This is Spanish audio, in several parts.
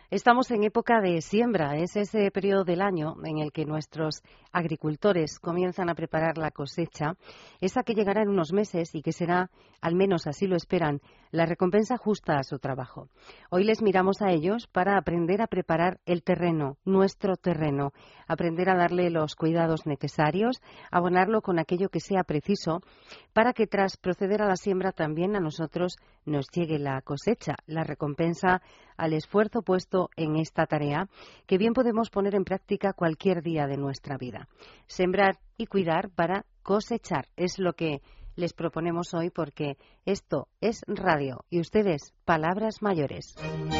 Estamos en época de siembra, es ese periodo del año en el que nuestros agricultores comienzan a preparar la cosecha, esa que llegará en unos meses y que será, al menos así lo esperan, la recompensa justa a su trabajo. Hoy les miramos a ellos para aprender a preparar el terreno, nuestro terreno, aprender a darle los cuidados necesarios, abonarlo con aquello que sea preciso, para que tras proceder a la siembra también a nosotros nos llegue la cosecha, la recompensa al esfuerzo puesto en esta tarea, que bien podemos poner en práctica cualquier día de nuestra vida. Sembrar y cuidar para cosechar es lo que les proponemos hoy, porque esto es radio y ustedes, palabras mayores.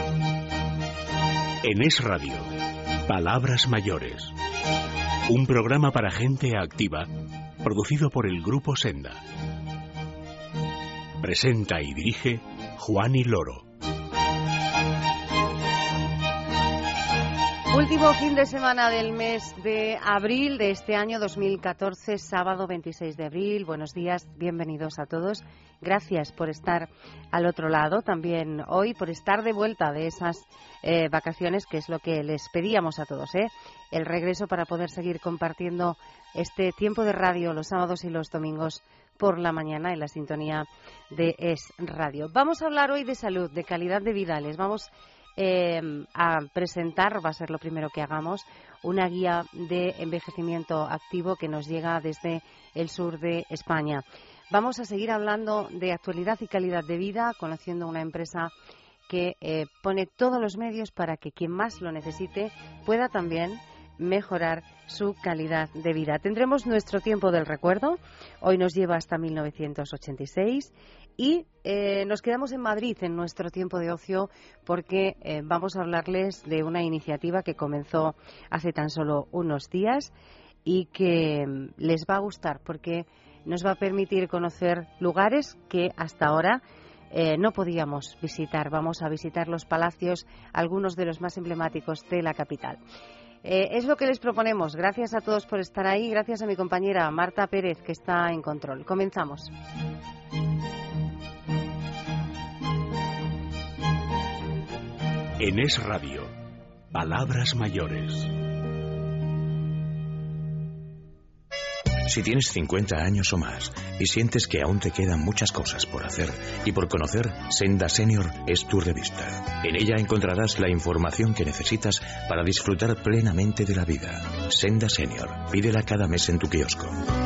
En Es Radio, Palabras Mayores. Un programa para gente activa, producido por el Grupo Senda. Presenta y dirige Juani Loro. Último fin de semana del mes de abril de este año 2014, sábado 26 de abril. Buenos días, bienvenidos a todos. Gracias por estar al otro lado, también hoy por estar de vuelta de esas vacaciones, que es lo que les pedíamos a todos, el regreso para poder seguir compartiendo este tiempo de radio los sábados y los domingos por la mañana en la sintonía de Es Radio. Vamos a hablar hoy de salud, de calidad de vida. Les vamos a presentar, va a ser lo primero que hagamos, una guía de envejecimiento activo que nos llega desde el sur de España. Vamos a seguir hablando de actualidad y calidad de vida, conociendo una empresa que pone todos los medios para que quien más lo necesite pueda también mejorar su calidad de vida. Tendremos nuestro tiempo del recuerdo. Hoy nos lleva hasta 1986 y nos quedamos en Madrid en nuestro tiempo de ocio, porque vamos a hablarles de una iniciativa que comenzó hace tan solo unos días y que les va a gustar, porque nos va a permitir conocer lugares que hasta ahora no podíamos visitar. Vamos a visitar los palacios, algunos de los más emblemáticos de la capital. Es lo que les proponemos. Gracias a todos por estar ahí. Gracias a mi compañera Marta Pérez, que está en control. Comenzamos. En Es Radio, Palabras Mayores. Si tienes 50 años o más y sientes que aún te quedan muchas cosas por hacer y por conocer, Senda Senior es tu revista. En ella encontrarás la información que necesitas para disfrutar plenamente de la vida. Senda Senior, pídela cada mes en tu kiosco.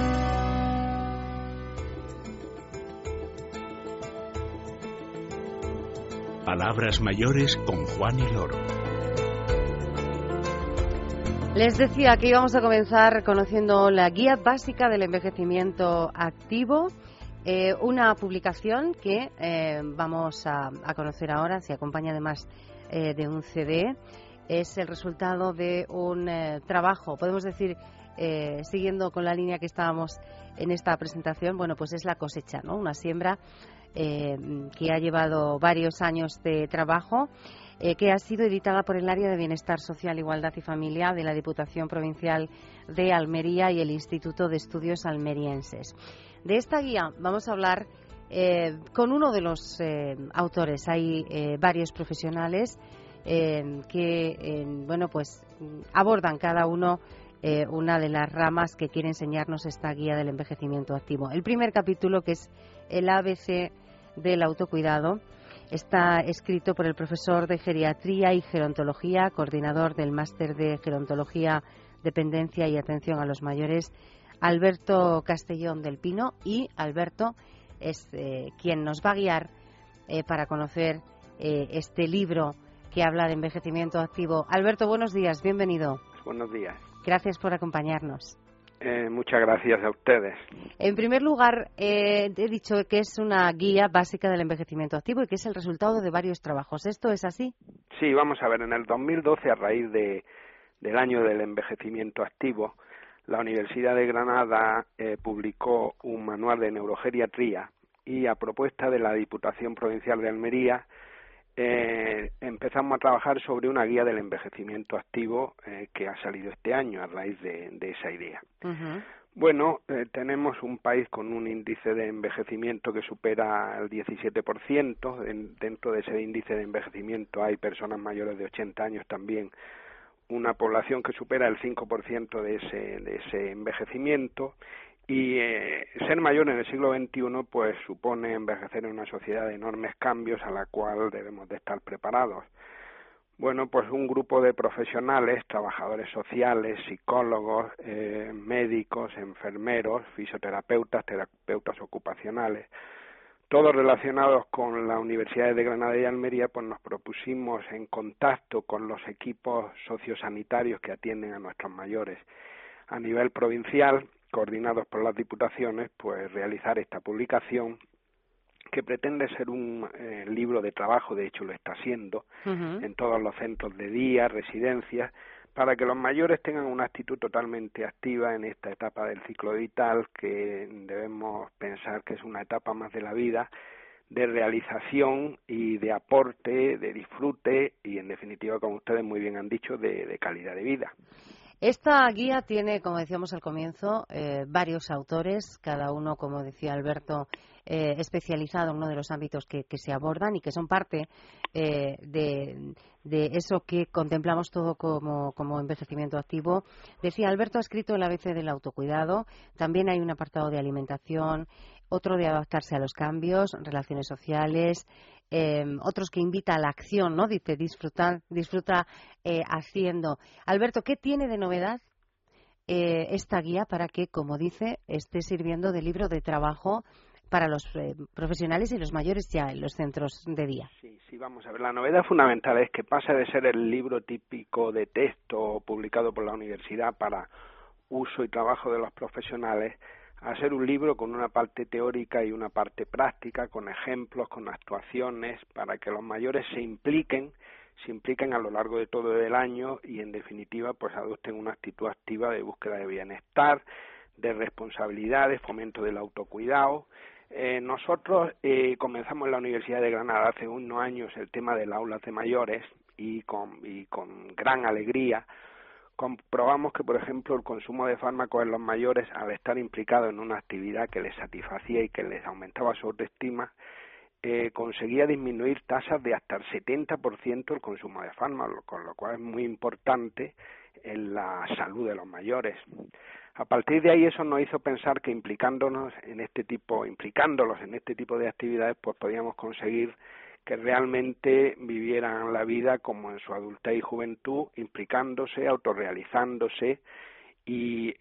Palabras Mayores con Juani Loro. Les decía que íbamos a comenzar conociendo la guía básica del envejecimiento activo, una publicación que vamos a conocer ahora. Se acompaña además de un CD. Es el resultado de un trabajo, podemos decir, siguiendo con la línea que estábamos en esta presentación, bueno, pues es la cosecha, ¿no? Una siembra que ha llevado varios años de trabajo, que ha sido editada por el Área de Bienestar Social, Igualdad y Familia de la Diputación Provincial de Almería y el Instituto de Estudios Almerienses. De esta guía vamos a hablar con uno de los autores. Hay varios profesionales que bueno, pues abordan cada uno una de las ramas que quiere enseñarnos esta guía del envejecimiento activo. El primer capítulo, que es el ABC del autocuidado, está escrito por el profesor de Geriatría y Gerontología, coordinador del Máster de Gerontología, Dependencia y Atención a los Mayores, Alberto Castellón del Pino. Y Alberto es quien nos va a guiar para conocer este libro que habla de envejecimiento activo. Alberto, buenos días, bienvenido. Buenos días. Gracias por acompañarnos. Muchas gracias a ustedes. En primer lugar, he dicho que es una guía básica del envejecimiento activo y que es el resultado de varios trabajos. ¿Esto es así? Sí, vamos a ver. En el 2012, a raíz del año del envejecimiento activo, la Universidad de Granada publicó un manual de neurogeriatría y, a propuesta de la Diputación Provincial de Almería, empezamos a trabajar sobre una guía del envejecimiento activo que ha salido este año a raíz de esa idea. Uh-huh. Bueno, tenemos un país con un índice de envejecimiento que supera el 17%. Dentro de ese índice de envejecimiento hay personas mayores de 80 años también, una población que supera el 5% de ese envejecimiento. Y ser mayor en el siglo XXI pues supone envejecer en una sociedad de enormes cambios a la cual debemos de estar preparados. Bueno, pues un grupo de profesionales, trabajadores sociales, psicólogos, médicos, enfermeros, fisioterapeutas, terapeutas ocupacionales, todos relacionados con las universidades de Granada y Almería, pues nos propusimos, en contacto con los equipos sociosanitarios que atienden a nuestros mayores a nivel provincial, coordinados por las diputaciones, pues realizar esta publicación que pretende ser un libro de trabajo, de hecho lo está siendo, en todos los centros de día, residencias, para que los mayores tengan una actitud totalmente activa en esta etapa del ciclo vital, que debemos pensar que es una etapa más de la vida, de realización y de aporte, de disfrute y, en definitiva, como ustedes muy bien han dicho, de calidad de vida. Esta guía tiene, como decíamos al comienzo, varios autores, cada uno, como decía Alberto, especializado en uno de los ámbitos que se abordan y que son parte de eso que contemplamos todo como envejecimiento activo. Decía, Alberto ha escrito el ABC del autocuidado, también hay un apartado de alimentación, otro de adaptarse a los cambios, relaciones sociales, otros que invita a la acción, ¿no? Dice, disfruta haciendo. Alberto, ¿qué tiene de novedad esta guía para que, como dice, esté sirviendo de libro de trabajo para los profesionales y los mayores ya en los centros de día? Sí, vamos a ver. La novedad fundamental es que pasa de ser el libro típico de texto publicado por la universidad para uso y trabajo de los profesionales a ser un libro con una parte teórica y una parte práctica, con ejemplos, con actuaciones, para que los mayores se impliquen a lo largo de todo el año y, en definitiva, pues adopten una actitud activa de búsqueda de bienestar, de responsabilidad, de fomento del autocuidado. Nosotros comenzamos en la Universidad de Granada hace unos años el tema del aulas de mayores y con gran alegría comprobamos que, por ejemplo, el consumo de fármacos en los mayores, al estar implicado en una actividad que les satisfacía y que les aumentaba su autoestima, conseguía disminuir tasas de hasta el 70% el consumo de fármacos, con lo cual es muy importante en la salud de los mayores. A partir de ahí eso nos hizo pensar que implicándolos en este tipo de actividades, pues podíamos conseguir que realmente vivieran la vida como en su adultez y juventud, implicándose, autorrealizándose y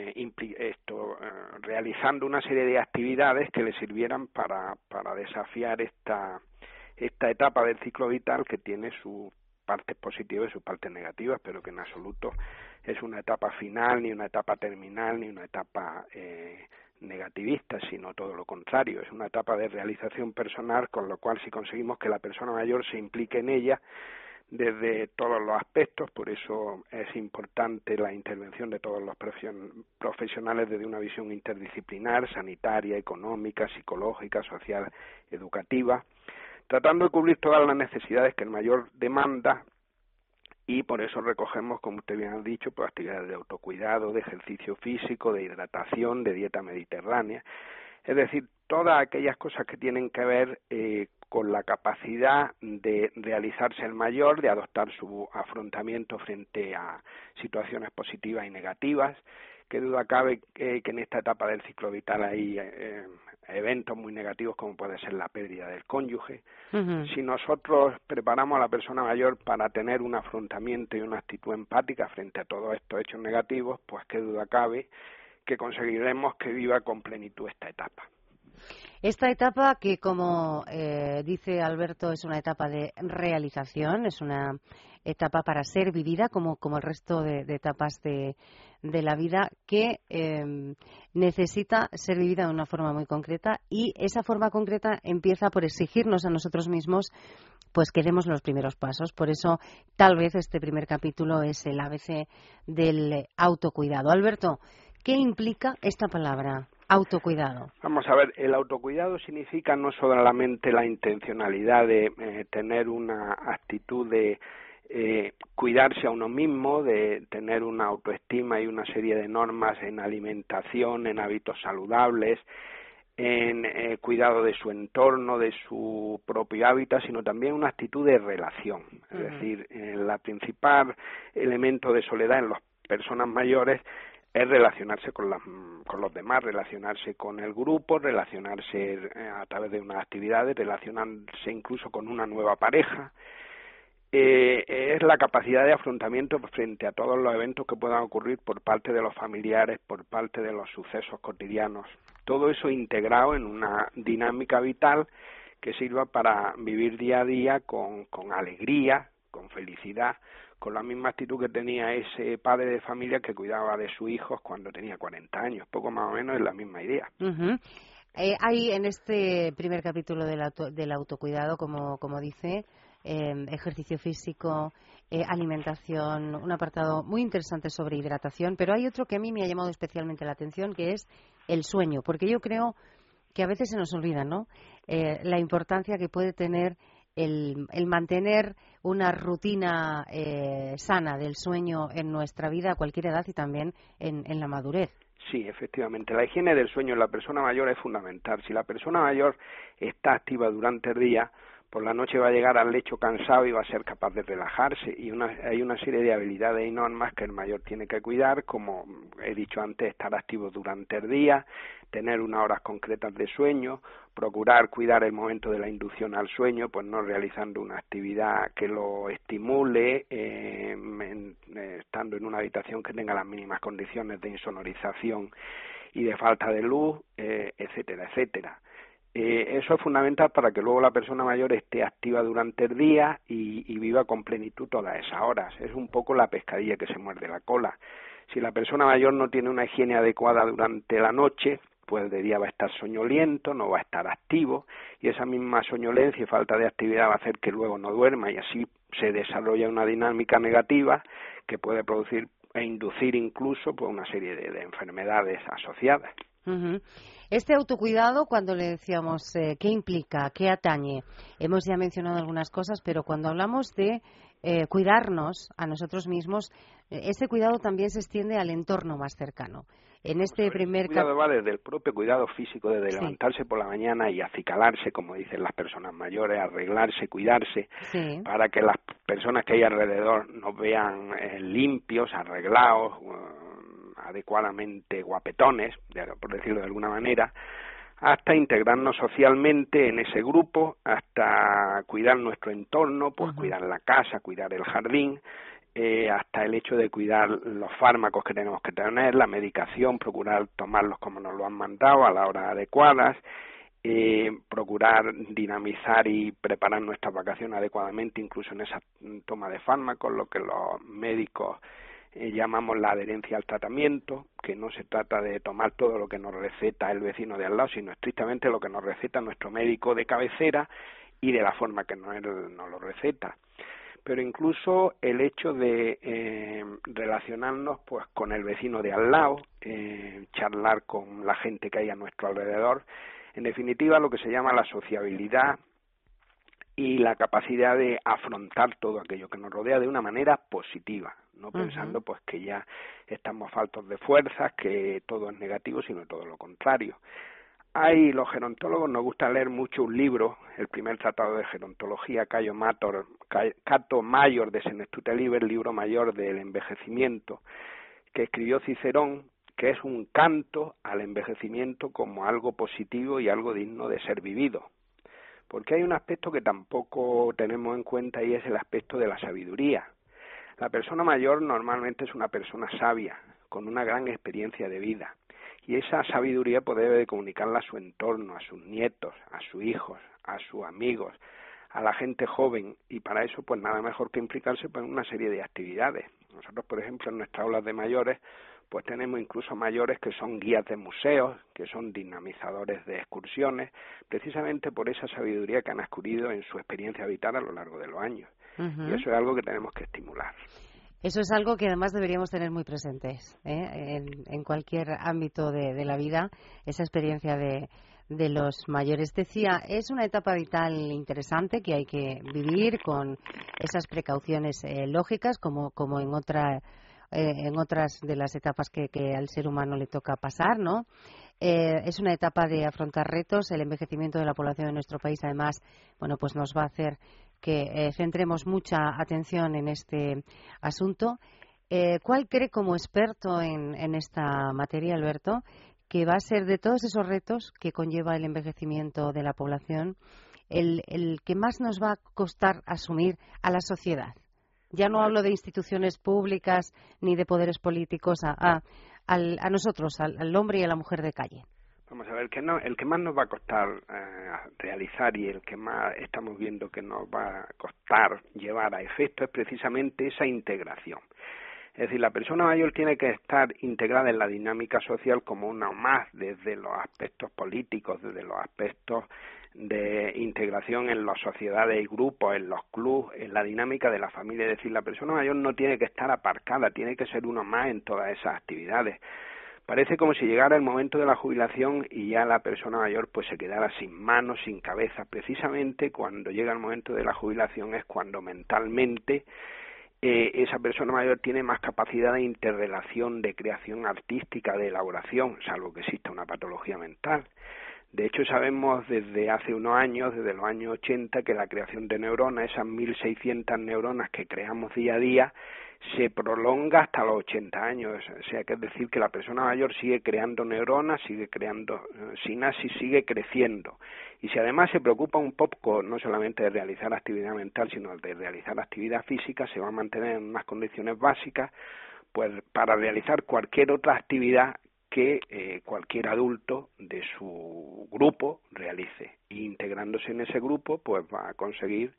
realizando una serie de actividades que les sirvieran para desafiar esta etapa del ciclo vital, que tiene sus partes positivas y sus partes negativas, pero que en absoluto es una etapa final, ni una etapa terminal, ni una etapa negativista, sino todo lo contrario. Es una etapa de realización personal, con lo cual, si conseguimos que la persona mayor se implique en ella desde todos los aspectos, por eso es importante la intervención de todos los profesionales desde una visión interdisciplinar, sanitaria, económica, psicológica, social, educativa, tratando de cubrir todas las necesidades que el mayor demanda. Y por eso recogemos, como usted bien ha dicho, pues actividades de autocuidado, de ejercicio físico, de hidratación, de dieta mediterránea, es decir, todas aquellas cosas que tienen que ver con la capacidad de realizarse el mayor, de adoptar su afrontamiento frente a situaciones positivas y negativas. Qué duda cabe que en esta etapa del ciclo vital hay eventos muy negativos, como puede ser la pérdida del cónyuge. Si nosotros preparamos a la persona mayor para tener un afrontamiento y una actitud empática frente a todos estos hechos negativos, pues qué duda cabe que conseguiremos que viva con plenitud esta etapa. Esta etapa que, como dice Alberto, es una etapa de realización, es una etapa para ser vivida como el resto de etapas de la vida, que necesita ser vivida de una forma muy concreta, y esa forma concreta empieza por exigirnos a nosotros mismos pues que demos los primeros pasos. Por eso tal vez este primer capítulo es el ABC del autocuidado. Alberto, ¿qué implica esta palabra? Autocuidado. Vamos a ver, el autocuidado significa no solamente la intencionalidad de tener una actitud de cuidarse a uno mismo, de tener una autoestima y una serie de normas en alimentación, en hábitos saludables, en cuidado de su entorno, de su propio hábitat, sino también una actitud de relación. Es decir, la principal elemento de soledad en las personas mayores es relacionarse con los demás, relacionarse con el grupo, relacionarse a través de unas actividades, relacionarse incluso con una nueva pareja. Es la capacidad de afrontamiento frente a todos los eventos que puedan ocurrir por parte de los familiares, por parte de los sucesos cotidianos. Todo eso integrado en una dinámica vital que sirva para vivir día a día con alegría, con felicidad, con la misma actitud que tenía ese padre de familia que cuidaba de sus hijos cuando tenía 40 años, poco más o menos es la misma idea. Hay en este primer capítulo del autocuidado, como dice, ejercicio físico, alimentación, un apartado muy interesante sobre hidratación, pero hay otro que a mí me ha llamado especialmente la atención, que es el sueño, porque yo creo que a veces se nos olvida, ¿no? La importancia que puede tener el mantener una rutina sana del sueño en nuestra vida a cualquier edad y también en la madurez. Sí, efectivamente. La higiene del sueño en la persona mayor es fundamental. Si la persona mayor está activa durante el día, por la noche va a llegar al lecho cansado y va a ser capaz de relajarse. Y hay una serie de habilidades y normas que el mayor tiene que cuidar, como he dicho antes, estar activo durante el día, tener unas horas concretas de sueño, procurar cuidar el momento de la inducción al sueño, pues no realizando una actividad que lo estimule, estando en una habitación que tenga las mínimas condiciones de insonorización y de falta de luz, etcétera, etcétera. Eso es fundamental para que luego la persona mayor esté activa durante el día y viva con plenitud todas esas horas. Es un poco la pescadilla que se muerde la cola. Si la persona mayor no tiene una higiene adecuada durante la noche, pues de día va a estar soñoliento, no va a estar activo, y esa misma soñolencia y falta de actividad va a hacer que luego no duerma, y así se desarrolla una dinámica negativa que puede producir e inducir incluso pues una serie de enfermedades asociadas. Este autocuidado, cuando le decíamos qué implica, qué atañe, hemos ya mencionado algunas cosas, pero cuando hablamos de cuidarnos a nosotros mismos, ese cuidado también se extiende al entorno más cercano. En este primer cuidado va desde el propio cuidado físico, desde levantarse por la mañana y acicalarse, como dicen las personas mayores, arreglarse, cuidarse, para que las personas que hay alrededor nos vean limpios, arreglados, adecuadamente guapetones, por decirlo de alguna manera, hasta integrarnos socialmente en ese grupo, hasta cuidar nuestro entorno, pues cuidar la casa, cuidar el jardín, hasta el hecho de cuidar los fármacos que tenemos que tener, la medicación, procurar tomarlos como nos lo han mandado a las horas adecuadas, procurar dinamizar y preparar nuestras vacaciones adecuadamente, incluso en esa toma de fármacos, lo que los médicos llamamos la adherencia al tratamiento, que no se trata de tomar todo lo que nos receta el vecino de al lado, sino estrictamente lo que nos receta nuestro médico de cabecera y de la forma que nos lo receta. Pero incluso el hecho de relacionarnos pues con el vecino de al lado, charlar con la gente que hay a nuestro alrededor, en definitiva lo que se llama la sociabilidad y la capacidad de afrontar todo aquello que nos rodea de una manera positiva, no pensando pues que ya estamos faltos de fuerzas, que todo es negativo, sino todo lo contrario. Los gerontólogos nos gusta leer mucho un libro, el primer tratado de gerontología, Cato Major de Senectute Liber, libro mayor del envejecimiento, que escribió Cicerón, que es un canto al envejecimiento como algo positivo y algo digno de ser vivido. Porque hay un aspecto que tampoco tenemos en cuenta y es el aspecto de la sabiduría. La persona mayor normalmente es una persona sabia, con una gran experiencia de vida. Y esa sabiduría pues debe de comunicarla a su entorno, a sus nietos, a sus hijos, a sus amigos, a la gente joven. Y para eso pues nada mejor que implicarse pues, en una serie de actividades. Nosotros, por ejemplo, en nuestras aulas de mayores pues tenemos incluso mayores que son guías de museos, que son dinamizadores de excursiones, precisamente por esa sabiduría que han adquirido en su experiencia vital a lo largo de los años. Y eso es algo que tenemos que estimular. Eso es algo que además deberíamos tener muy presentes en cualquier ámbito de la vida, esa experiencia de de los mayores. Decía, es una etapa vital interesante que hay que vivir con esas precauciones lógicas, como en otras de las etapas que al ser humano le toca pasar, ¿no? Es una etapa de afrontar retos. El envejecimiento de la población de nuestro país, además, bueno, pues nos va a hacer que centremos mucha atención en este asunto. ¿Cuál cree, como experto en esta materia, Alberto, que va a ser de todos esos retos que conlleva el envejecimiento de la población, el que más nos va a costar asumir a la sociedad? Ya no hablo de instituciones públicas ni de poderes políticos, a nosotros, al hombre y a la mujer de calle. Vamos a ver, el que más nos va a costar realizar y el que más estamos viendo que nos va a costar llevar a efecto es precisamente esa integración. Es decir, la persona mayor tiene que estar integrada en la dinámica social como una más, desde los aspectos políticos, desde los aspectos de integración en las sociedades y grupos, en los clubes, en la dinámica de la familia. Es decir, la persona mayor no tiene que estar aparcada, tiene que ser uno más en todas esas actividades. Parece como si llegara el momento de la jubilación y ya la persona mayor pues se quedara sin manos, sin cabeza. Precisamente cuando llega el momento de la jubilación es cuando mentalmente esa persona mayor tiene más capacidad de interrelación, de creación artística, de elaboración, salvo que exista una patología mental. De hecho, sabemos desde hace unos años, desde los años 80, que la creación de neuronas, esas 1.600 neuronas que creamos día a día, se prolonga hasta los 80 años. O sea, que es decir, que la persona mayor sigue creando neuronas, sigue creando sinapsis, sigue creciendo. Y si además se preocupa un poco, no solamente de realizar actividad mental, sino de realizar actividad física, se va a mantener en unas condiciones básicas, pues para realizar cualquier otra actividad que cualquier adulto de su grupo realice. Y integrándose en ese grupo, pues va a conseguir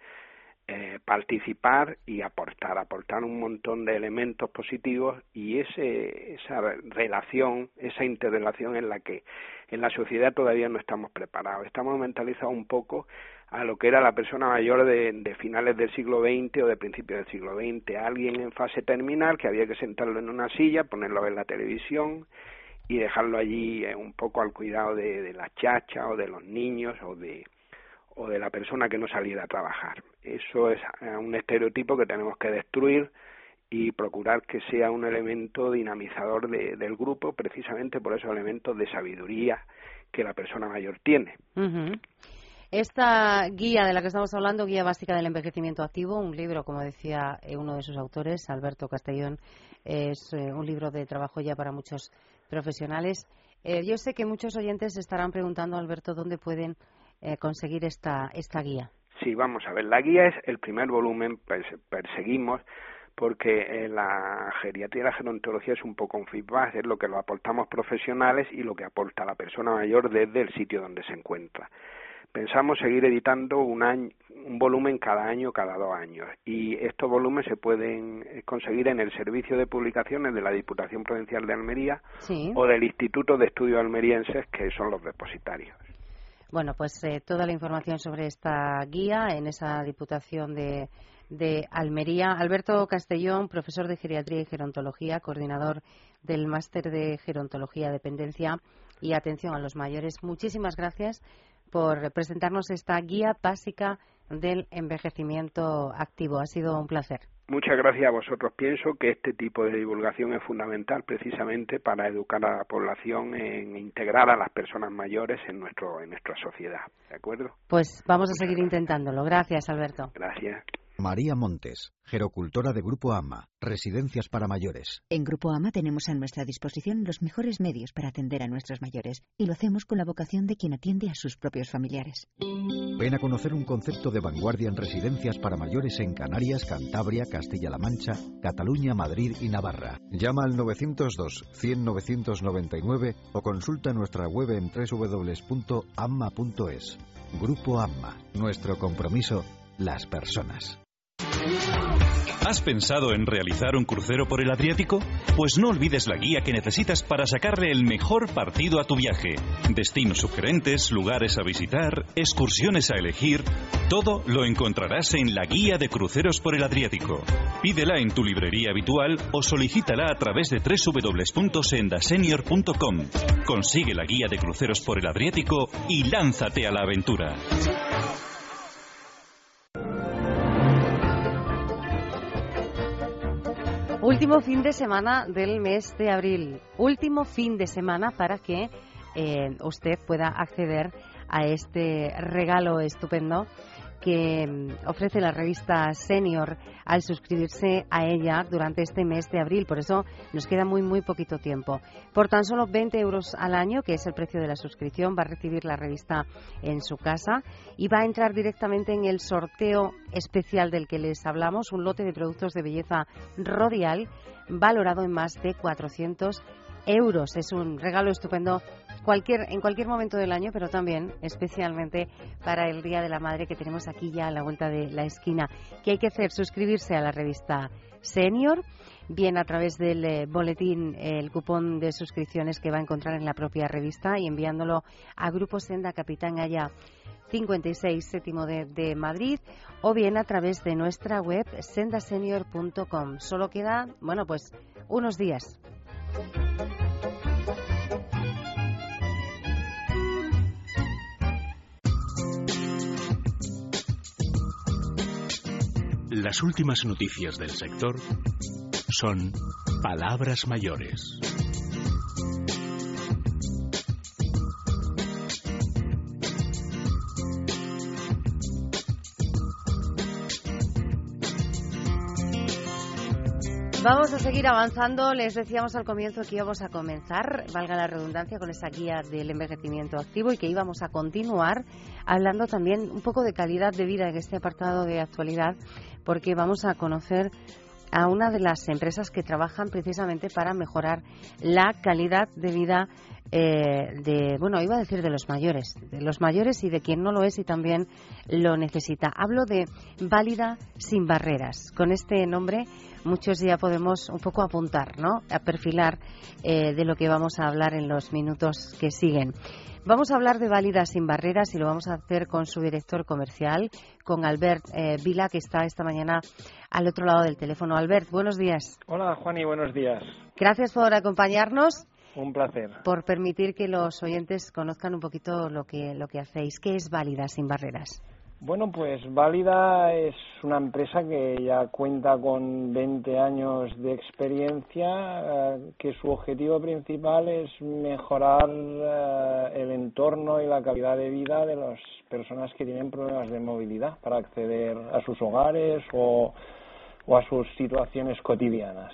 participar y aportar un montón de elementos positivos, y esa relación, esa interrelación en la que en la sociedad todavía no estamos preparados. Estamos mentalizados un poco a lo que era la persona mayor de finales del siglo XX o de principios del siglo XX, alguien en fase terminal que había que sentarlo en una silla, ponerlo a ver la televisión y dejarlo allí un poco al cuidado de la chacha o de los niños o de la persona que no saliera a trabajar. Eso es un estereotipo que tenemos que destruir y procurar que sea un elemento dinamizador del grupo, precisamente por esos elementos de sabiduría que la persona mayor tiene. Uh-huh. Esta guía de la que estamos hablando, Guía Básica del Envejecimiento Activo, un libro, como decía uno de sus autores, Alberto Castellón, es un libro de trabajo ya para muchos profesionales. Yo sé que muchos oyentes se estarán preguntando, Alberto, ¿dónde pueden conseguir esta guía? Sí, vamos a ver, la guía es el primer volumen, perseguimos, porque la geriatría y la gerontología es un poco un feedback, es lo que lo aportamos profesionales y lo que aporta la persona mayor desde el sitio donde se encuentra. Pensamos seguir editando un volumen cada año, cada 2 años, y estos volúmenes se pueden conseguir en el servicio de publicaciones de la Diputación Provincial de Almería, ¿sí?, o del Instituto de Estudios Almerienses, que son los depositarios. Bueno, pues toda la información sobre esta guía en esa Diputación de Almería. Alberto Castellón, profesor de Geriatría y Gerontología, coordinador del Máster de Gerontología, Dependencia y Atención a los Mayores. Muchísimas gracias por presentarnos esta guía básica del envejecimiento activo. Ha sido un placer. Muchas gracias a vosotros. Pienso que este tipo de divulgación es fundamental precisamente para educar a la población en integrar a las personas mayores en nuestra sociedad. ¿De acuerdo? Pues vamos a seguir intentándolo. Gracias, Alberto. Gracias. María Montes, gerocultora de Grupo AMA, Residencias para Mayores. En Grupo AMA tenemos a nuestra disposición los mejores medios para atender a nuestros mayores, y lo hacemos con la vocación de quien atiende a sus propios familiares. Ven a conocer un concepto de vanguardia en residencias para mayores en Canarias, Cantabria, Castilla-La Mancha, Cataluña, Madrid y Navarra. Llama al 902-100-999 o consulta nuestra web en www.amma.es. Grupo AMA, nuestro compromiso, las personas. ¿Has pensado en realizar un crucero por el Adriático? Pues no olvides la guía que necesitas para sacarle el mejor partido a tu viaje. Destinos sugerentes, lugares a visitar, excursiones a elegir... Todo lo encontrarás en la guía de cruceros por el Adriático. Pídela en tu librería habitual o solicítala a través de www.sendasenior.com. Consigue la guía de cruceros por el Adriático y lánzate a la aventura. Último fin de semana del mes de abril. Último fin de semana para que usted pueda acceder a este regalo estupendo que ofrece la revista Senior al suscribirse a ella durante este mes de abril. Por eso nos queda muy poquito tiempo. Por tan solo 20 euros al año, que es el precio de la suscripción, va a recibir la revista en su casa y va a entrar directamente en el sorteo especial del que les hablamos, un lote de productos de belleza Rodial valorado en más de 400 euros. Es un regalo estupendo en cualquier momento del año, pero también especialmente para el Día de la Madre, que tenemos aquí ya a la vuelta de la esquina. ¿Qué hay que hacer? Suscribirse a la revista Senior, bien a través del boletín, el cupón de suscripciones que va a encontrar en la propia revista, y enviándolo a Grupo Senda, Capitán Aya 56, séptimo de Madrid, o bien a través de nuestra web sendasenior.com. Solo queda, pues unos días. Las últimas noticias del sector son palabras mayores. Vamos a seguir avanzando. Les decíamos al comienzo que íbamos a comenzar, valga la redundancia, con esa guía del envejecimiento activo, y que íbamos a continuar hablando también un poco de calidad de vida en este apartado de actualidad, porque vamos a conocer a una de las empresas que trabajan precisamente para mejorar la calidad de vida iba a decir de los mayores y de quien no lo es y también lo necesita. Hablo de Válida Sin Barreras. Con este nombre muchos ya podemos un poco apuntar, ¿no?, a perfilar de lo que vamos a hablar en los minutos que siguen. Vamos a hablar de Válida Sin Barreras y lo vamos a hacer con su director comercial, con Albert Vila, que está esta mañana al otro lado del teléfono. Albert, buenos días. Hola, Juani, buenos días. Gracias por acompañarnos. Un placer. Por permitir que los oyentes conozcan un poquito lo que hacéis. ¿Qué es Válida Sin Barreras? Bueno, pues Válida es una empresa que ya cuenta con 20 años de experiencia, que su objetivo principal es mejorar el entorno y la calidad de vida de las personas que tienen problemas de movilidad para acceder a sus hogares o a sus situaciones cotidianas.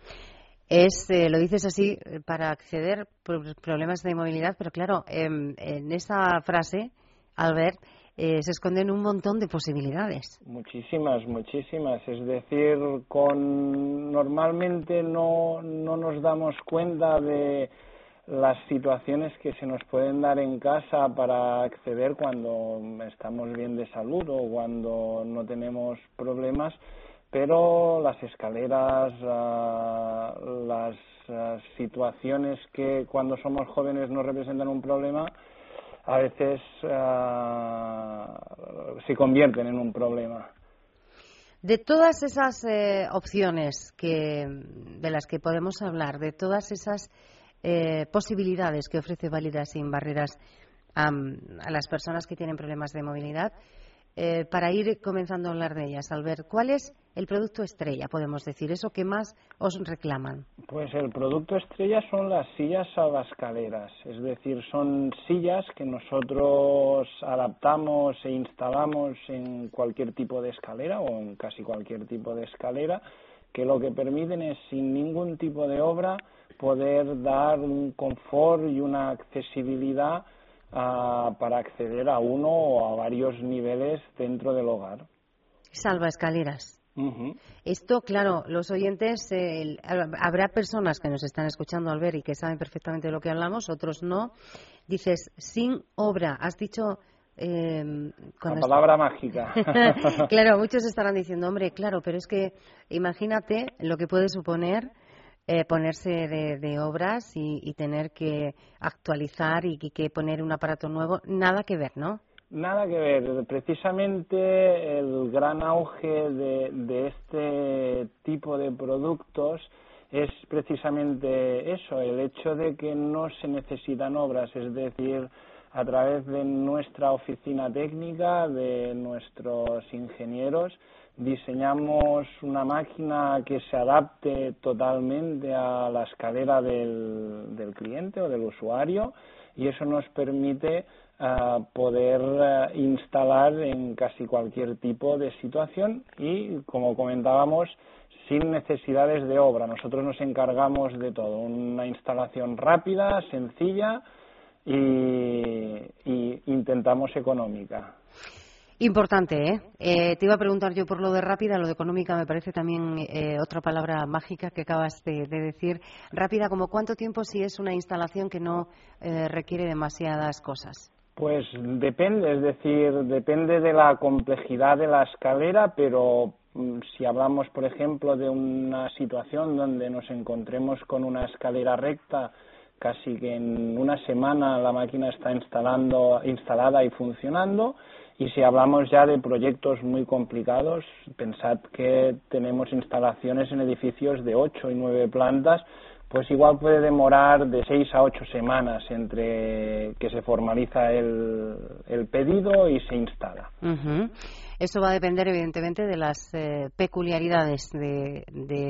Lo dices así, para acceder por problemas de movilidad, pero claro, en esa frase, Albert, se esconden un montón de posibilidades. Muchísimas. Es decir, normalmente no nos damos cuenta de las situaciones que se nos pueden dar en casa para acceder cuando estamos bien de salud o cuando no tenemos problemas, pero las escaleras, las situaciones que cuando somos jóvenes nos representan un problema, a veces se convierten en un problema. De todas esas opciones de las que podemos hablar, de todas esas posibilidades que ofrece Válida Sin Barreras a las personas que tienen problemas de movilidad, para ir comenzando a hablar de ellas, Albert, ¿cuál es el producto estrella, podemos decir, eso que más os reclaman? Pues el producto estrella son las sillas salvaescaleras, es decir, son sillas que nosotros adaptamos e instalamos en cualquier tipo de escalera o en casi cualquier tipo de escalera, que lo que permiten es, sin ningún tipo de obra, poder dar un confort y una accesibilidad para acceder a uno o a varios niveles dentro del hogar. Salvaescaleras. Uh-huh. Esto, claro, los oyentes, habrá personas que nos están escuchando, Albert, y que saben perfectamente de lo que hablamos, otros no. Dices, sin obra, has dicho La palabra mágica. Claro, muchos estarán diciendo, hombre, claro, pero es que imagínate lo que puede suponer ponerse de obras y tener que actualizar y que poner un aparato nuevo. Nada que ver, ¿no? Nada que ver. Precisamente el gran auge de este tipo de productos es precisamente eso, el hecho de que no se necesitan obras, es decir, a través de nuestra oficina técnica, de nuestros ingenieros, diseñamos una máquina que se adapte totalmente a la escalera del cliente o del usuario, y eso nos permite poder instalar en casi cualquier tipo de situación y, como comentábamos, sin necesidades de obra. Nosotros nos encargamos de todo, una instalación rápida, sencilla y intentamos económica. Importante, ¿eh? Te iba a preguntar yo por lo de rápida, lo de económica me parece también otra palabra mágica que acabas de decir. Rápida, ¿como cuánto tiempo si es una instalación que no requiere demasiadas cosas? Pues depende, es decir, depende de la complejidad de la escalera, pero si hablamos, por ejemplo, de una situación donde nos encontremos con una escalera recta, casi que en una semana la máquina está instalada y funcionando. Y si hablamos ya de proyectos muy complicados, pensad que tenemos instalaciones en edificios de 8 y 9 plantas, pues igual puede demorar de 6 a 8 semanas entre que se formaliza el pedido y se instala. Uh-huh. Eso va a depender, evidentemente, de las peculiaridades de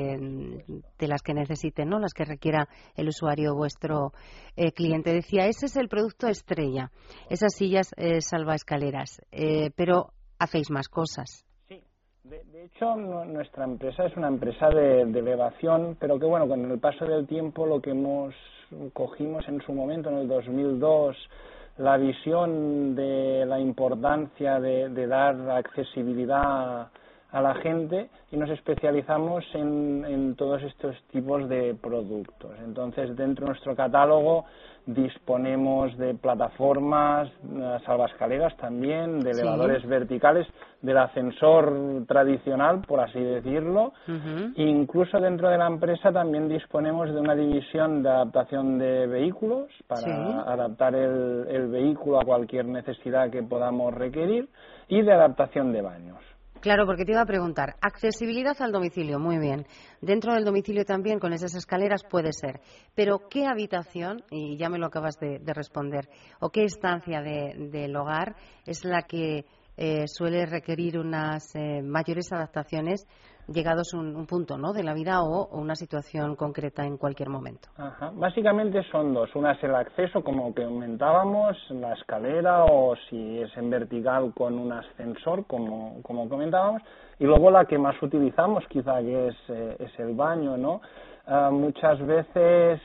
las que necesiten, ¿no? Las que requiera el usuario, vuestro cliente. Decía, ese es el producto estrella, esas sillas salvaescaleras, pero hacéis más cosas. Sí, de hecho, nuestra empresa es una empresa de elevación, pero que, bueno, con el paso del tiempo lo que cogimos en su momento, en el 2002, la visión de la importancia de dar accesibilidad a la gente, y nos especializamos en todos estos tipos de productos. Entonces, dentro de nuestro catálogo disponemos de plataformas, salvaescaleras también, de elevadores verticales, del ascensor tradicional, por así decirlo. Uh-huh. Incluso dentro de la empresa también disponemos de una división de adaptación de vehículos para adaptar el vehículo a cualquier necesidad que podamos requerir, y de adaptación de baños. Claro, porque te iba a preguntar, accesibilidad al domicilio, muy bien. Dentro del domicilio también, con esas escaleras, puede ser. Pero, ¿qué habitación, y ya me lo acabas de responder, o qué estancia del hogar es la que suele requerir unas mayores adaptaciones llegados a un punto, ¿no?, de la vida o una situación concreta en cualquier momento? Ajá. Básicamente son dos. Una es el acceso, como comentábamos, la escalera, o si es en vertical con un ascensor, como comentábamos, y luego la que más utilizamos quizá, que es el baño, ¿no? Muchas veces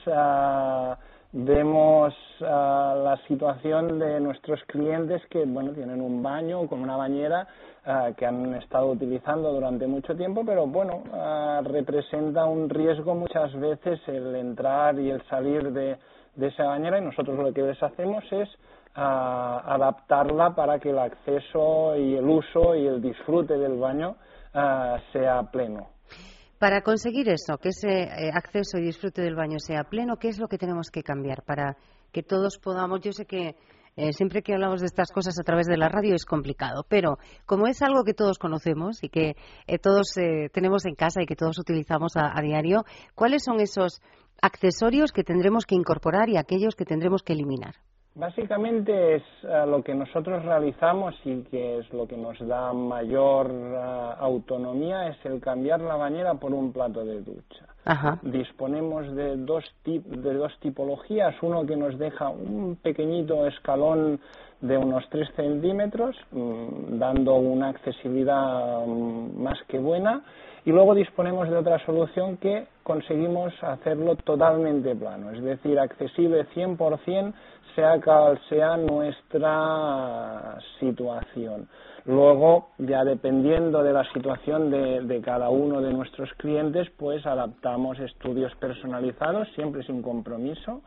vemos la situación de nuestros clientes que, bueno, tienen un baño con una bañera que han estado utilizando durante mucho tiempo, pero bueno, representa un riesgo muchas veces el entrar y el salir de esa bañera, y nosotros lo que les hacemos es adaptarla para que el acceso y el uso y el disfrute del baño sea pleno. Para conseguir eso, que ese acceso y disfrute del baño sea pleno, ¿qué es lo que tenemos que cambiar para que todos podamos? Yo sé que siempre que hablamos de estas cosas a través de la radio es complicado, pero como es algo que todos conocemos y que todos tenemos en casa y que todos utilizamos a diario, ¿cuáles son esos accesorios que tendremos que incorporar y aquellos que tendremos que eliminar? Básicamente es lo que nosotros realizamos, y que es lo que nos da mayor autonomía, es el cambiar la bañera por un plato de ducha. Ajá. Disponemos de dos tipologías, uno que nos deja un pequeñito escalón de unos 3 centímetros, dando una accesibilidad más que buena, y luego disponemos de otra solución que conseguimos hacerlo totalmente plano, es decir, accesible 100%, sea cual sea nuestra situación. Luego, ya dependiendo de la situación de cada uno de nuestros clientes, pues adaptamos estudios personalizados, siempre sin compromiso,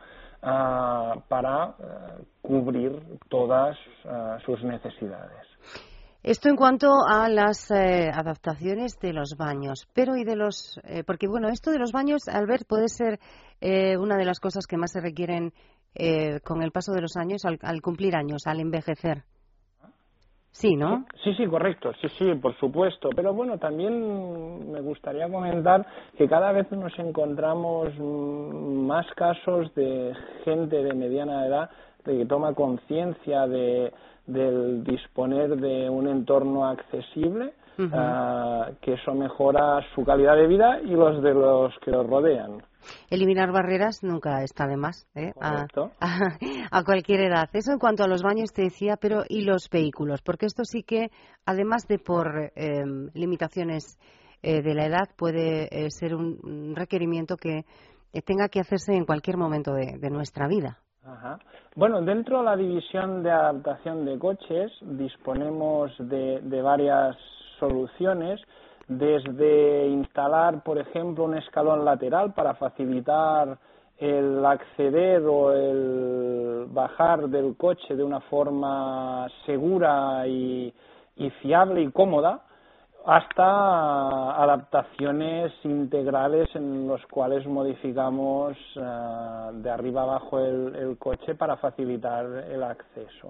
para cubrir todas sus necesidades. Esto en cuanto a las adaptaciones de los baños, pero y de los... porque bueno, esto de los baños, Albert, puede ser una de las cosas que más se requieren con el paso de los años, al cumplir años, al envejecer. Sí, ¿no? Sí, correcto, sí, por supuesto. Pero bueno, también me gustaría comentar que cada vez nos encontramos más casos de gente de mediana edad que toma conciencia del disponer de un entorno accesible, que eso mejora su calidad de vida y los de los que los rodean. Eliminar barreras nunca está de más, a cualquier edad. Eso en cuanto a los baños te decía, pero ¿y los vehículos? Porque esto sí que, además de por limitaciones de la edad, puede ser un requerimiento que tenga que hacerse en cualquier momento de nuestra vida. Bueno, dentro de la división de adaptación de coches disponemos de varias soluciones, desde instalar, por ejemplo, un escalón lateral para facilitar el acceder o el bajar del coche de una forma segura y fiable y cómoda, hasta adaptaciones integrales en los cuales modificamos de arriba abajo el coche para facilitar el acceso.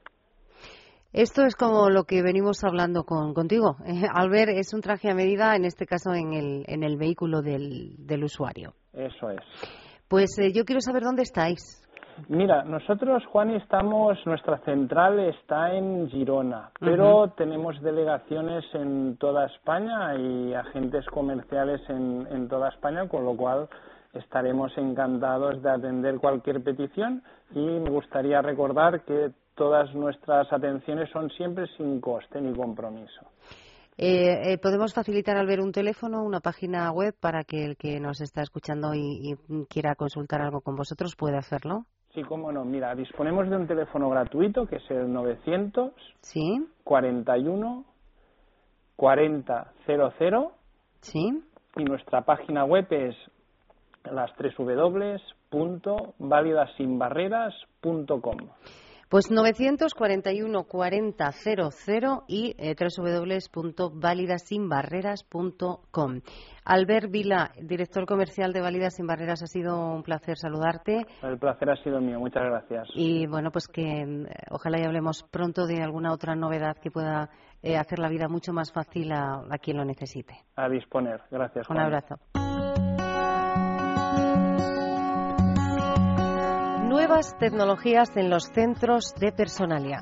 Esto es como lo que venimos hablando contigo. Albert, es un traje a medida, en este caso en el vehículo del usuario. Eso es. Pues yo quiero saber dónde estáis. Mira, nosotros, Juan, nuestra central está en Girona, pero tenemos delegaciones en toda España y agentes comerciales en toda España, con lo cual estaremos encantados de atender cualquier petición, y me gustaría recordar que todas nuestras atenciones son siempre sin coste ni compromiso. ¿Podemos facilitar al ver un teléfono, una página web, para que el que nos está escuchando y quiera consultar algo con vosotros pueda hacerlo? Sí, cómo no. Mira, disponemos de un teléfono gratuito que es el 900 ¿sí? 41 40 00. ¿Sí? Y nuestra página web es las www.validasinbarreras.com. Pues 941 40 00 y www.validasinbarreras.com. Albert Vila, director comercial de Válidas Sin Barreras, ha sido un placer saludarte. El placer ha sido mío, muchas gracias. Y bueno, pues que ojalá y hablemos pronto de alguna otra novedad que pueda hacer la vida mucho más fácil a quien lo necesite. A disponer, gracias, Juan. Un abrazo. Nuevas tecnologías en los centros de Personalia.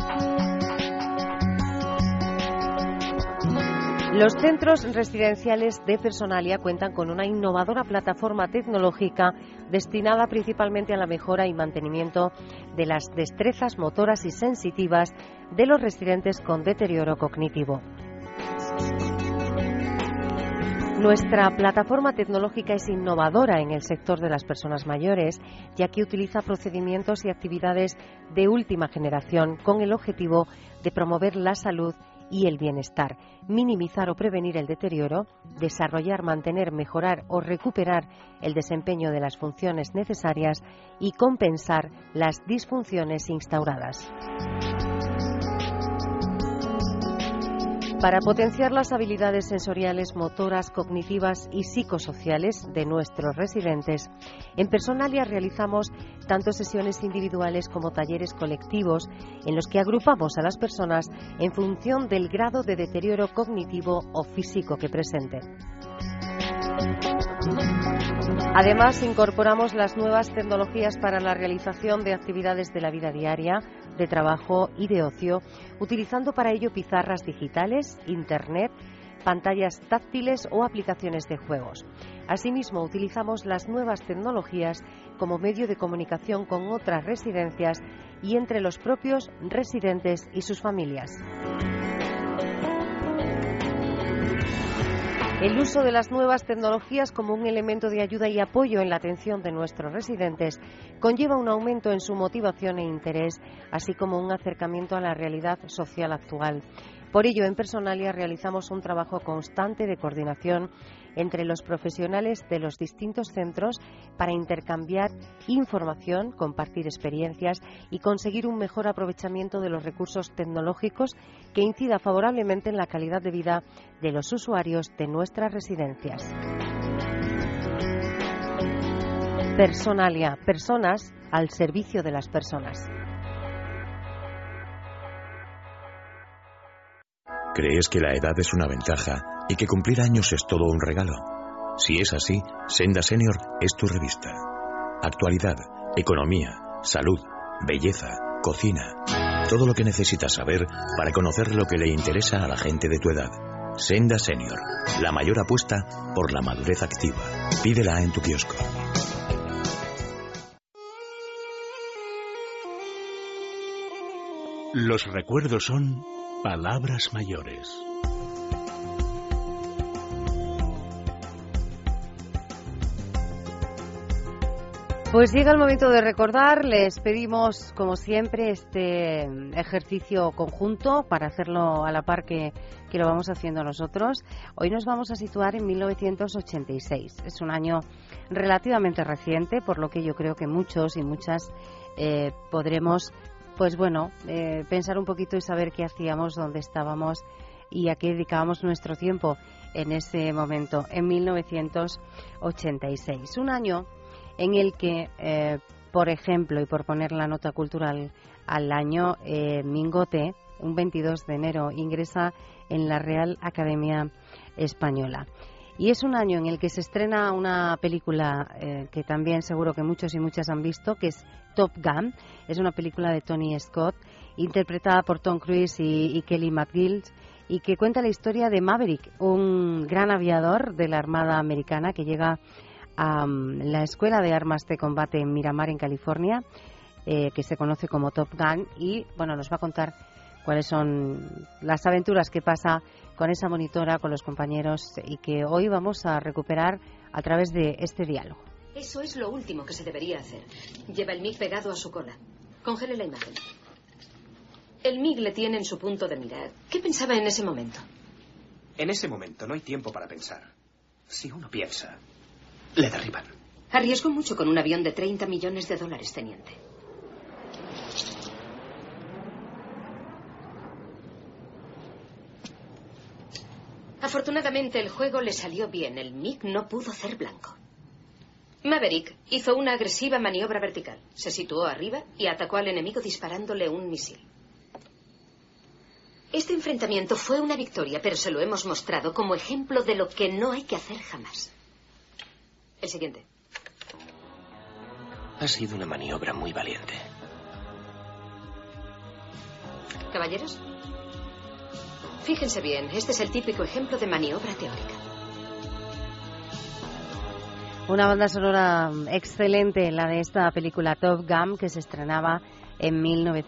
Los centros residenciales de Personalia cuentan con una innovadora plataforma tecnológica destinada principalmente a la mejora y mantenimiento de las destrezas motoras y sensitivas de los residentes con deterioro cognitivo. Nuestra plataforma tecnológica es innovadora en el sector de las personas mayores, ya que utiliza procedimientos y actividades de última generación con el objetivo de promover la salud y el bienestar, minimizar o prevenir el deterioro, desarrollar, mantener, mejorar o recuperar el desempeño de las funciones necesarias y compensar las disfunciones instauradas. Para potenciar las habilidades sensoriales, motoras, cognitivas y psicosociales de nuestros residentes, en Personalia realizamos tanto sesiones individuales como talleres colectivos en los que agrupamos a las personas en función del grado de deterioro cognitivo o físico que presenten. Además, incorporamos las nuevas tecnologías para la realización de actividades de la vida diaria, de trabajo y de ocio, utilizando para ello pizarras digitales, internet, pantallas táctiles o aplicaciones de juegos. Asimismo, utilizamos las nuevas tecnologías como medio de comunicación con otras residencias y entre los propios residentes y sus familias. El uso de las nuevas tecnologías como un elemento de ayuda y apoyo en la atención de nuestros residentes conlleva un aumento en su motivación e interés, así como un acercamiento a la realidad social actual. Por ello, en Personalia realizamos un trabajo constante de coordinación entre los profesionales de los distintos centros para intercambiar información, compartir experiencias y conseguir un mejor aprovechamiento de los recursos tecnológicos que incida favorablemente en la calidad de vida de los usuarios de nuestras residencias. Personalia, personas al servicio de las personas. ¿Crees que la edad es una ventaja y que cumplir años es todo un regalo? Si es así, Senda Senior es tu revista. Actualidad, economía, salud, belleza, cocina. Todo lo que necesitas saber para conocer lo que le interesa a la gente de tu edad. Senda Senior, la mayor apuesta por la madurez activa. Pídela en tu kiosco. Los recuerdos son palabras mayores. Pues llega el momento de recordar. Les pedimos, como siempre, este ejercicio conjunto para hacerlo a la par que lo vamos haciendo nosotros. Hoy nos vamos a situar en 1986. Es un año relativamente reciente, por lo que yo creo que muchos y muchas podremos, pues bueno, pensar un poquito y saber qué hacíamos, dónde estábamos y a qué dedicábamos nuestro tiempo en ese momento, en 1986. Un año en el que, por ejemplo, y por poner la nota cultural al año, Mingote, un 22 de enero, ingresa en la Real Academia Española. Y es un año en el que se estrena una película que también seguro que muchos y muchas han visto, que es Top Gun. Es una película de Tony Scott, interpretada por Tom Cruise y Kelly McGillis, y que cuenta la historia de Maverick, un gran aviador de la Armada Americana que llega a la Escuela de Armas de Combate en Miramar, en California, que se conoce como Top Gun, y bueno, nos va a contar cuáles son las aventuras que pasa con esa monitora, con los compañeros, y que hoy vamos a recuperar a través de este diálogo. Eso es lo último que se debería hacer. Lleva el MiG pegado a su cola. Congele la imagen. El MiG le tiene en su punto de mira. ¿Qué pensaba en ese momento? En ese momento no hay tiempo para pensar. Si uno piensa, le derriban. Arriesgó mucho con un avión de $30 millones, teniente. Afortunadamente el juego le salió bien. El MiG no pudo hacer blanco. Maverick hizo una agresiva maniobra vertical. Se situó arriba y atacó al enemigo disparándole un misil. Este enfrentamiento fue una victoria, pero se lo hemos mostrado como ejemplo de lo que no hay que hacer jamás. El siguiente. Ha sido una maniobra muy valiente. Caballeros, fíjense bien, este es el típico ejemplo de maniobra teórica. Una banda sonora excelente, la de esta película Top Gun, que se estrenaba en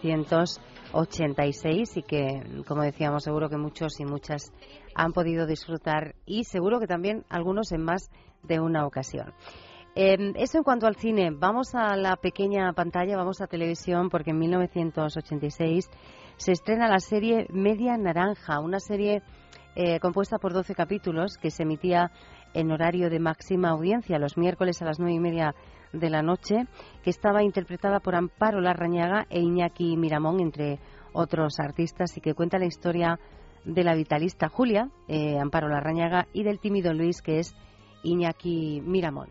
1986 y que, como decíamos, seguro que muchos y muchas han podido disfrutar, y seguro que también algunos en más de una ocasión. Eso en cuanto al cine. Vamos a la pequeña pantalla, vamos a televisión, porque en 1986 se estrena la serie Media Naranja, una serie compuesta por 12 capítulos que se emitía en horario de máxima audiencia los miércoles a las 9:30 de la noche, que estaba interpretada por Amparo Larrañaga e Iñaki Miramón, entre otros artistas, y que cuenta la historia de la vitalista Julia, Amparo Larrañaga, y del tímido Luis, que es Iñaki Miramón.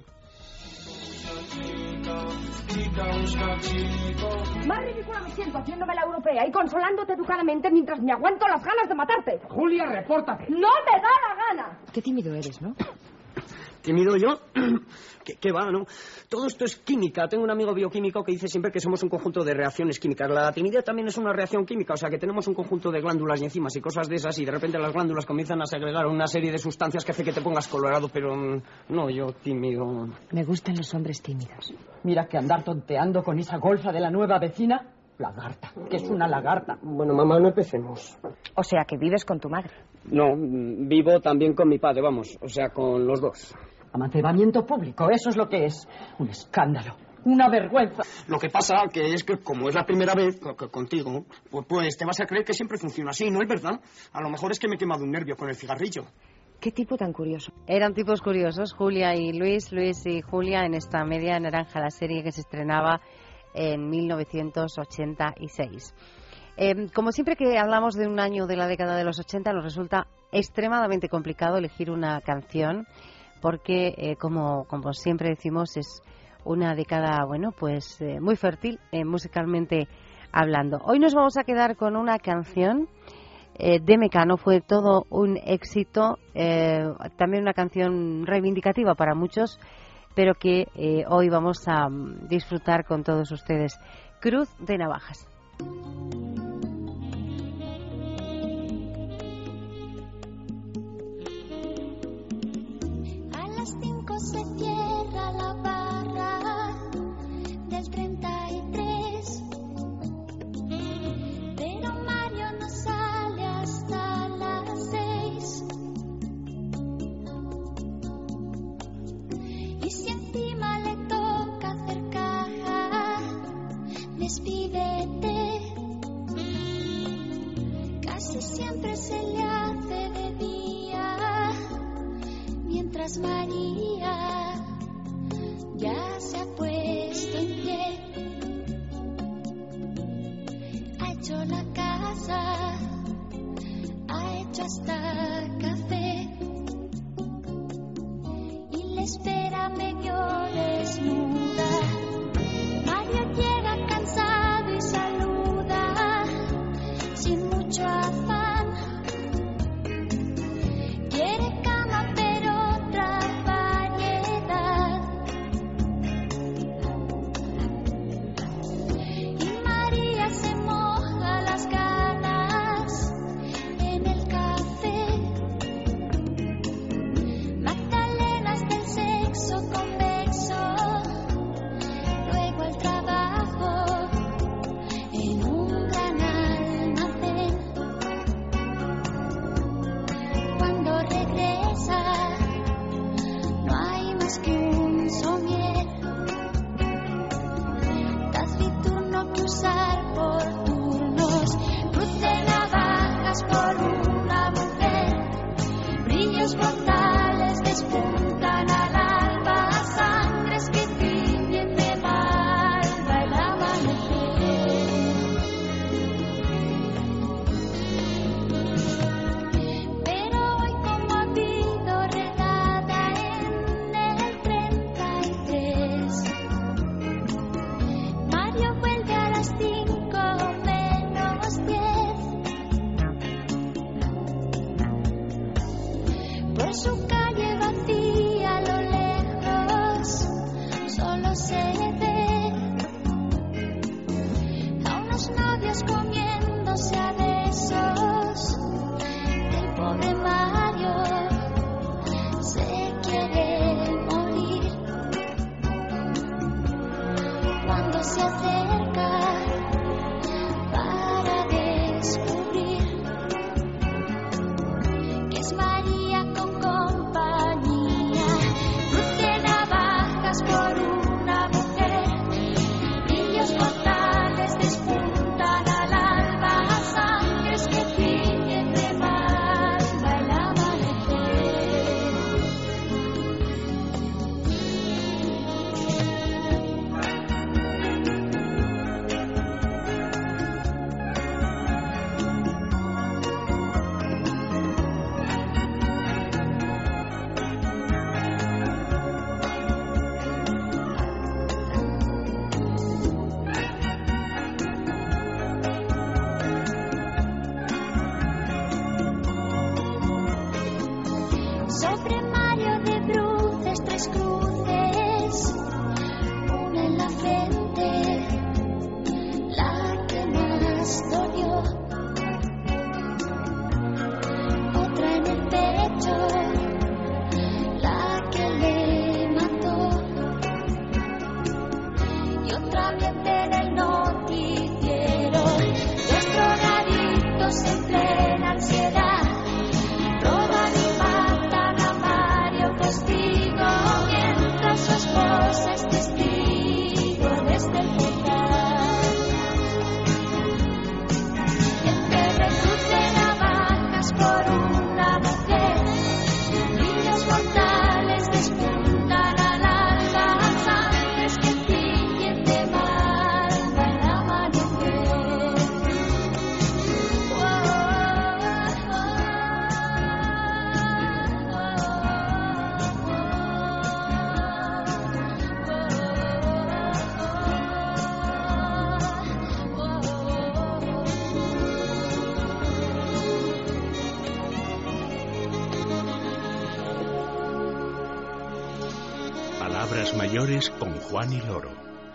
Más ridícula me siento haciéndome la europea y consolándote educadamente mientras me aguanto las ganas de matarte. Julia, repórtate. ¡No me da la gana! Qué tímido eres, ¿no? ¿Tímido yo? ¿Qué va, no? Todo esto es química. Tengo un amigo bioquímico que dice siempre que somos un conjunto de reacciones químicas. La timidez también es una reacción química, o sea que tenemos un conjunto de glándulas y enzimas y cosas de esas, y de repente las glándulas comienzan a segregar una serie de sustancias que hace que te pongas colorado, pero no, yo tímido. Me gustan los hombres tímidos. Mira que andar tonteando con esa golfa de la nueva vecina. Lagarta, que es una lagarta. Bueno, mamá, no empecemos. O sea que vives con tu madre. No, vivo también con mi padre, vamos, o sea, con los dos. Amancebamiento público, eso es lo que es. Un escándalo, una vergüenza. Lo que pasa que es que como es la primera vez contigo, pues te vas a creer que siempre funciona así, ¿no es verdad? A lo mejor es que me he quemado un nervio con el cigarrillo. ¿Qué tipo tan curioso? Eran tipos curiosos, Julia y Luis y Julia en esta Media Naranja, la serie que se estrenaba en 1986. Como siempre que hablamos de un año de la década de los 80, nos resulta extremadamente complicado elegir una canción porque, como siempre decimos, es una década, bueno, pues muy fértil musicalmente hablando. Hoy nos vamos a quedar con una canción de Mecano, fue todo un éxito, también una canción reivindicativa para muchos, pero que hoy vamos a disfrutar con todos ustedes. Cruz de Navajas. A las 5 se cierra la barra del 33, pero Mario no sale hasta las 6. Y si encima le toca hacer caja, despídete. Casi siempre se le hace de día, mientras María ya se ha puesto en pie. Ha hecho la casa, ha hecho hasta café y le espera medio desnuda. Mario llega cansado y saluda sin mucho afán. Quiere cama pero otra variedad. Y María se moja las ganas en el café. Magdalenas del sexo convexo. Luego el trabajo en un gran almacén. Cuando regresa no hay más que un somier. Taciturno que usar por turnos. Cruz de navajas por una mujer. Brillos mortales despuntan al alba. Sangres que tiñen de malva el amanecer. Pero hoy como ha habido redada en el 33, Mario vuelve a las 5 menos 10. Por su calle vacía a lo lejos solo se ve a unos novios comiéndose a besos. El pobre Mario se quiere morir cuando se acerca para descubrir que es María con compañía. Cruz de navajas por una mujer. Brillos mortales despuntan al alba. Sangres que tiñen de malva el amanecer. Sobre Mario de bruces, 3 cruces, una en la frente, la que más dolió, otra en el pecho, la que le mató, y otra viente en el noticiero. Los drogadictos en plena ansiedad Palabras mayores con Juan y Loro.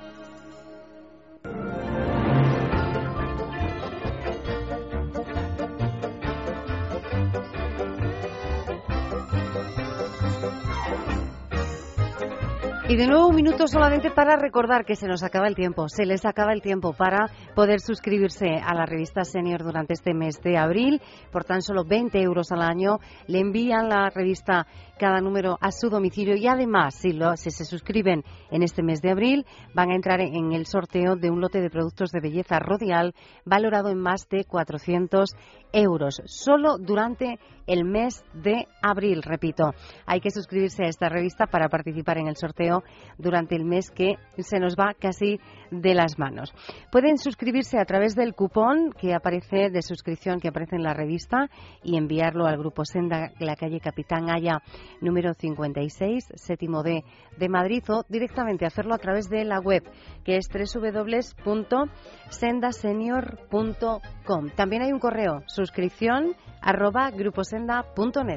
Y de nuevo un minuto solamente para recordar que se nos acaba el tiempo, se les acaba el tiempo para poder suscribirse a la revista Senior durante este mes de abril. Por tan solo 20 euros al año le envían la revista cada número a su domicilio y además si se suscriben en este mes de abril van a entrar en el sorteo de un lote de productos de belleza Rodial valorado en más de 400 euros, solo durante el mes de abril, repito. Hay que suscribirse a esta revista para participar en el sorteo durante el mes que se nos va casi de las manos. Pueden suscribirse a través del cupón que aparece de suscripción que aparece en la revista y enviarlo al Grupo Senda, la calle Capitán Aya, número 56, séptimo D de Madrid, o directamente hacerlo a través de la web, que es www.sendasenior.com. También hay un correo, suscripción@gruposenda.net.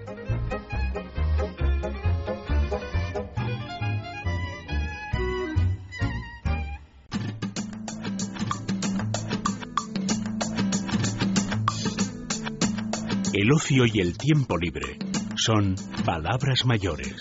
El ocio y el tiempo libre son palabras mayores.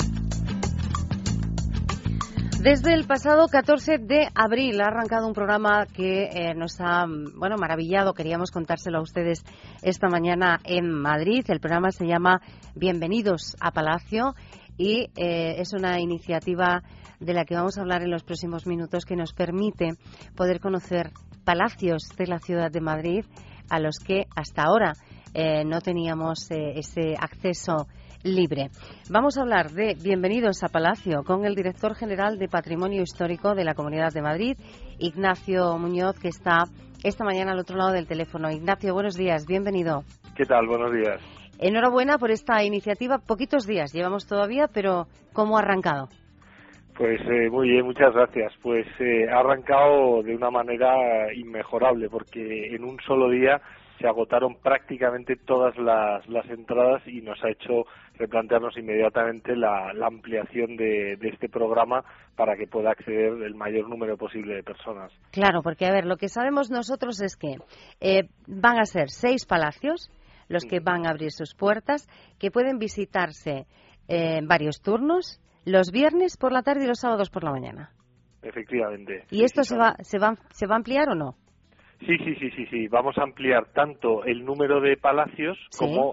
Desde el pasado 14 de abril ha arrancado un programa que nos ha maravillado. Queríamos contárselo a ustedes esta mañana en Madrid. El programa se llama Bienvenidos a Palacio y es una iniciativa de la que vamos a hablar en los próximos minutos que nos permite poder conocer palacios de la ciudad de Madrid a los que hasta ahora no teníamos ese acceso libre. Vamos a hablar de Bienvenidos a Palacio con el director general de Patrimonio Histórico de la Comunidad de Madrid, Ignacio Muñoz, que está esta mañana al otro lado del teléfono. Ignacio, buenos días, bienvenido. ¿Qué tal? Buenos días. Enhorabuena por esta iniciativa. Poquitos días llevamos todavía, pero ¿cómo ha arrancado? Pues muy bien, muchas gracias. Pues ha arrancado de una manera inmejorable, porque en un solo día se agotaron prácticamente todas las entradas y nos ha hecho replantearnos inmediatamente la ampliación de este programa para que pueda acceder el mayor número posible de personas. Claro, porque a ver, lo que sabemos nosotros es que van a ser 6 palacios los que van a abrir sus puertas, que pueden visitarse en varios turnos, los viernes por la tarde y los sábados por la mañana. Efectivamente. ¿Y esto se va a ampliar o no? Sí. Vamos a ampliar tanto el número de palacios como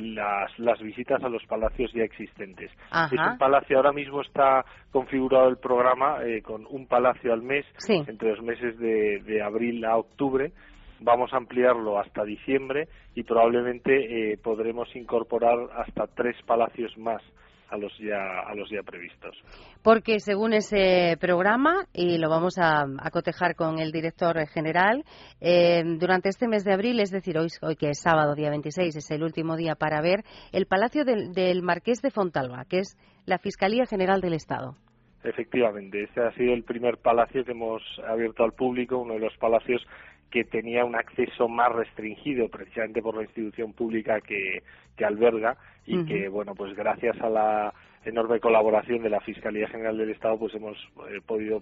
las visitas a los palacios ya existentes. Ajá. Es un palacio, ahora mismo está configurado el programa con un palacio al mes, entre los meses de abril a octubre. Vamos a ampliarlo hasta diciembre y probablemente podremos incorporar hasta 3 palacios más a los ya previstos. Porque según ese programa, y lo vamos a cotejar con el director general, durante este mes de abril, es decir, hoy que es sábado, día 26, es el último día para ver el Palacio del Marqués de Fontalba, que es la Fiscalía General del Estado. Efectivamente, este ha sido el primer palacio que hemos abierto al público, uno de los palacios que tenía un acceso más restringido precisamente por la institución pública que alberga y que, bueno, pues gracias a la enorme colaboración de la Fiscalía General del Estado, pues hemos podido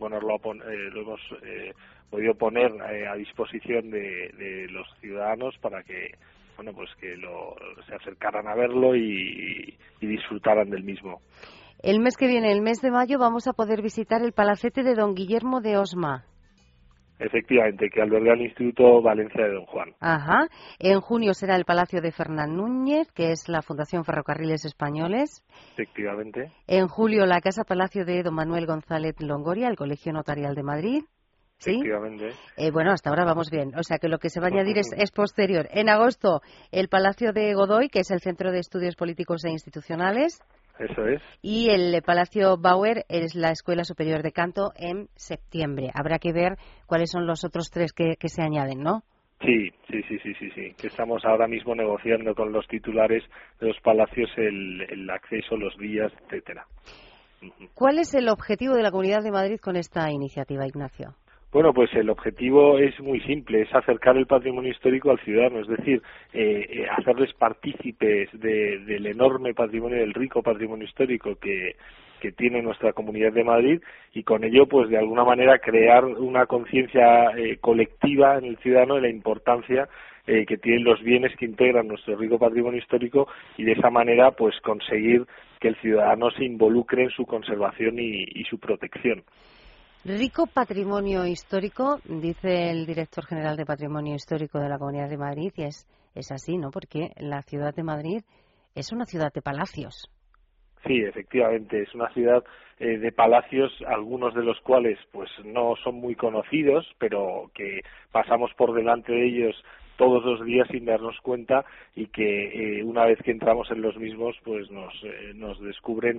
podido poner a disposición de los ciudadanos para que, bueno, pues que se acercaran a verlo y disfrutaran del mismo. El mes que viene, el mes de mayo, vamos a poder visitar el palacete de Don Guillermo de Osma. Efectivamente, que alberga el Instituto Valencia de Don Juan. Ajá. En junio será el Palacio de Fernán Núñez, que es la Fundación Ferrocarriles Españoles. Efectivamente. En julio la Casa Palacio de Don Manuel González Longoria, el Colegio Notarial de Madrid. ¿Sí? Efectivamente. Bueno, hasta ahora vamos bien. O sea que lo que se va a añadir es posterior. En agosto, el Palacio de Godoy, que es el Centro de Estudios Políticos e Institucionales. Eso es. Y el Palacio Bauer es la Escuela Superior de Canto en septiembre. Habrá que ver cuáles son los otros 3 que se añaden, ¿no? Sí. Que estamos ahora mismo negociando con los titulares de los palacios el acceso, los días, etcétera. ¿Cuál es el objetivo de la Comunidad de Madrid con esta iniciativa, Ignacio? Bueno, pues el objetivo es muy simple, es acercar el patrimonio histórico al ciudadano, es decir, hacerles partícipes del enorme patrimonio, del rico patrimonio histórico que tiene nuestra Comunidad de Madrid, y con ello, pues de alguna manera, crear una conciencia colectiva en el ciudadano de la importancia que tienen los bienes que integran nuestro rico patrimonio histórico, y de esa manera, pues conseguir que el ciudadano se involucre en su conservación y su protección. Rico patrimonio histórico, dice el director general de Patrimonio Histórico de la Comunidad de Madrid, y es así, ¿no? Porque la ciudad de Madrid es una ciudad de palacios. Sí, efectivamente, es una ciudad de palacios, algunos de los cuales pues no son muy conocidos, pero que pasamos por delante de ellos todos los días sin darnos cuenta, y que una vez que entramos en los mismos pues nos descubren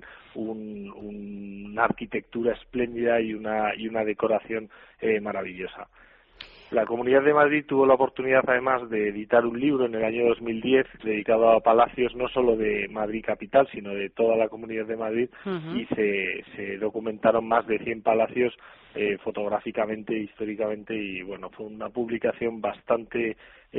una arquitectura espléndida y una decoración maravillosa. La Comunidad de Madrid tuvo la oportunidad, además, de editar un libro en el año 2010 dedicado a palacios no solo de Madrid capital, sino de toda la Comunidad de Madrid, y se documentaron más de 100 palacios fotográficamente, históricamente, y bueno, fue una publicación bastante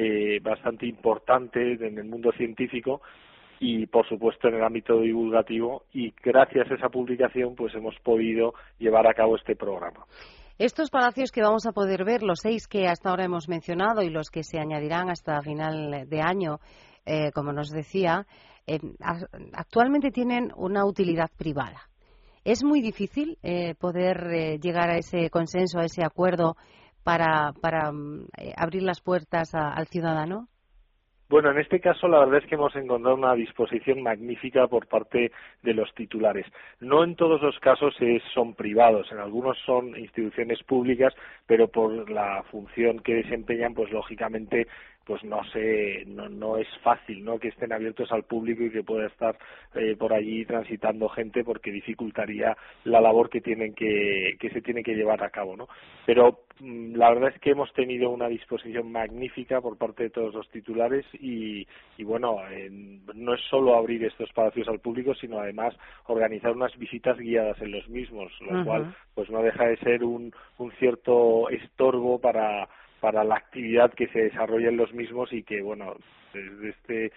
importante en el mundo científico y, por supuesto, en el ámbito divulgativo, y gracias a esa publicación pues hemos podido llevar a cabo este programa. Estos palacios que vamos a poder ver, los 6 que hasta ahora hemos mencionado y los que se añadirán hasta final de año, como nos decía, actualmente tienen una utilidad privada. ¿Es muy difícil poder llegar a ese consenso, a ese acuerdo para abrir las puertas al ciudadano? Bueno, en este caso la verdad es que hemos encontrado una disposición magnífica por parte de los titulares. No en todos los casos son privados, en algunos son instituciones públicas, pero por la función que desempeñan, pues lógicamente pues no es fácil, ¿no?, que estén abiertos al público y que pueda estar por allí transitando gente, porque dificultaría la labor que se tiene que llevar a cabo, ¿no? Pero la verdad es que hemos tenido una disposición magnífica por parte de todos los titulares y bueno, no es solo abrir estos palacios al público, sino además organizar unas visitas guiadas en los mismos, lo cual pues no deja de ser un cierto estorbo para la actividad que se desarrolla en los mismos, y que bueno, desde